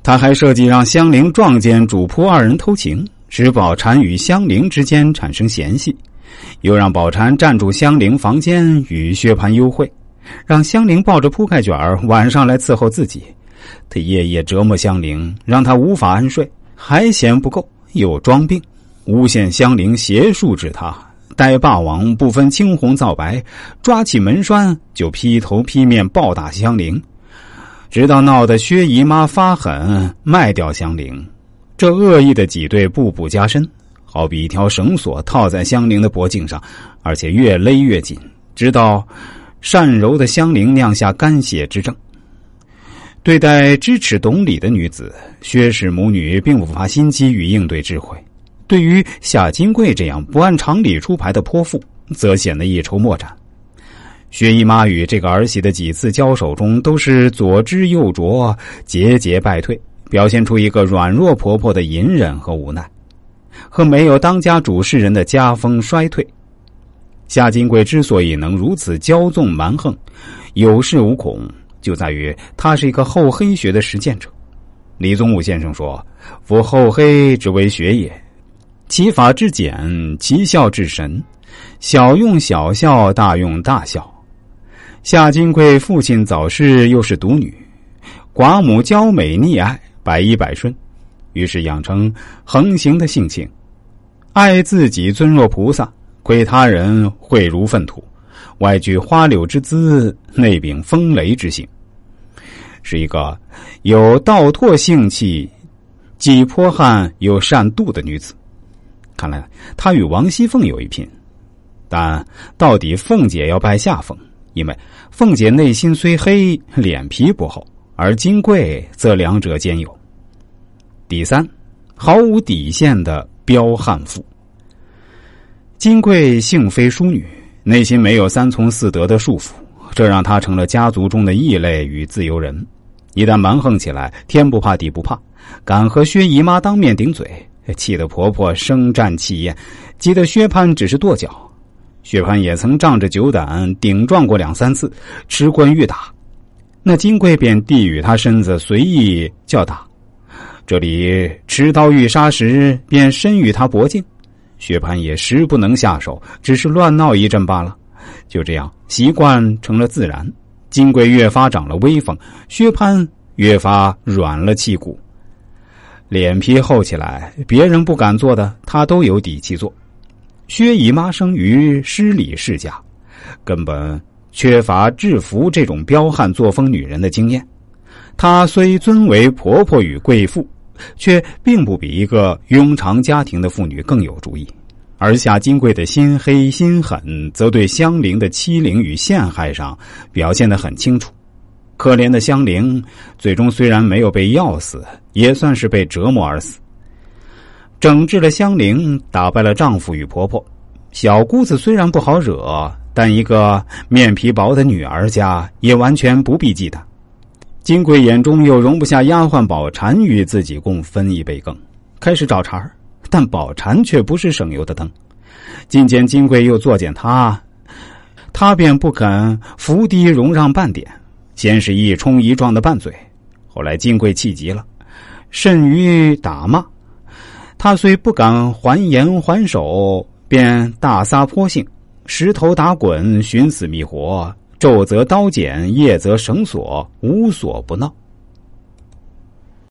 他还设计让香菱撞见主仆二人偷情，使宝钗与香菱之间产生嫌隙，又让宝钗占住香菱房间与薛蟠幽会，让香菱抱着铺盖卷晚上来伺候自己。他夜夜折磨香菱，让她无法安睡，还嫌不够，又装病，诬陷香菱邪术治他，待霸王不分青红皂白，抓起门栓就劈头劈面暴打香菱，直到闹得薛姨妈发狠卖掉香菱。这恶意的挤兑步步加深，好比一条绳索套在香菱的脖颈上，而且越勒越紧，直到善柔的香菱酿下肝血之症。对待知耻懂礼的女子，薛氏母女并不乏心机与应对智慧，对于夏金桂这样不按常理出牌的泼妇，则显得一筹莫展。薛姨妈与这个儿媳的几次交手中，都是左支右拙，节节败退，表现出一个软弱婆婆的隐忍和无奈，和没有当家主事人的家风衰退。夏金桂之所以能如此骄纵蛮横，有恃无恐，就在于他是一个厚黑学的实践者。李宗武先生说：“夫厚黑之为学也，其法之简，其效之神，小用小效，大用大效。”夏金桂父亲早逝，又是独女，寡母娇美溺爱，百依百顺，于是养成横行的性情，爱自己尊若菩萨，亏他人秽如粪土，外具花柳之姿，内秉风雷之性，是一个有倒拓性气，既泼悍又善妒的女子。看来她与王熙凤有一拼，但到底凤姐要拜下风，因为凤姐内心虽黑，脸皮不厚，而金桂则两者兼有。第三，毫无底线的彪悍妇。金桂性非淑女，内心没有三从四德的束缚，这让她成了家族中的异类与自由人。一旦蛮横起来，天不怕地不怕，敢和薛姨妈当面顶嘴，气得婆婆生战气焰，急得薛蟠只是跺脚。薛蟠也曾仗着酒胆顶撞过2、3次，吃棍欲打，那金桂便递与他身子随意叫打，这里持刀欲杀时便伸与他脖颈，薛蟠也时不能下手，只是乱闹一阵罢了。就这样习惯成了自然，金桂越发长了威风，薛蟠越发软了气骨。脸皮厚起来，别人不敢做的他都有底气做。薛姨妈生于失礼世家，根本缺乏制服这种彪悍作风女人的经验。她虽尊为婆婆与贵妇，却并不比一个庸常家庭的妇女更有主意。而夏金桂的心黑心狠，则对香菱的欺凌与陷害上表现得很清楚。可怜的香菱最终虽然没有被药死，也算是被折磨而死。整治了香菱，打败了丈夫与婆婆，小姑子虽然不好惹，但一个面皮薄的女儿家也完全不必忌惮。金桂眼中又容不下丫鬟宝钗与自己共分一杯羹，开始找茬儿，但宝钗却不是省油的灯。今见金桂又作践她便不肯伏低容让半点，先是一冲一撞的拌嘴，后来金桂气急了，甚于打骂。他虽不敢还言还手，便大撒泼性，石头打滚，寻死觅活，昼则刀剪，夜则绳索，无所不闹。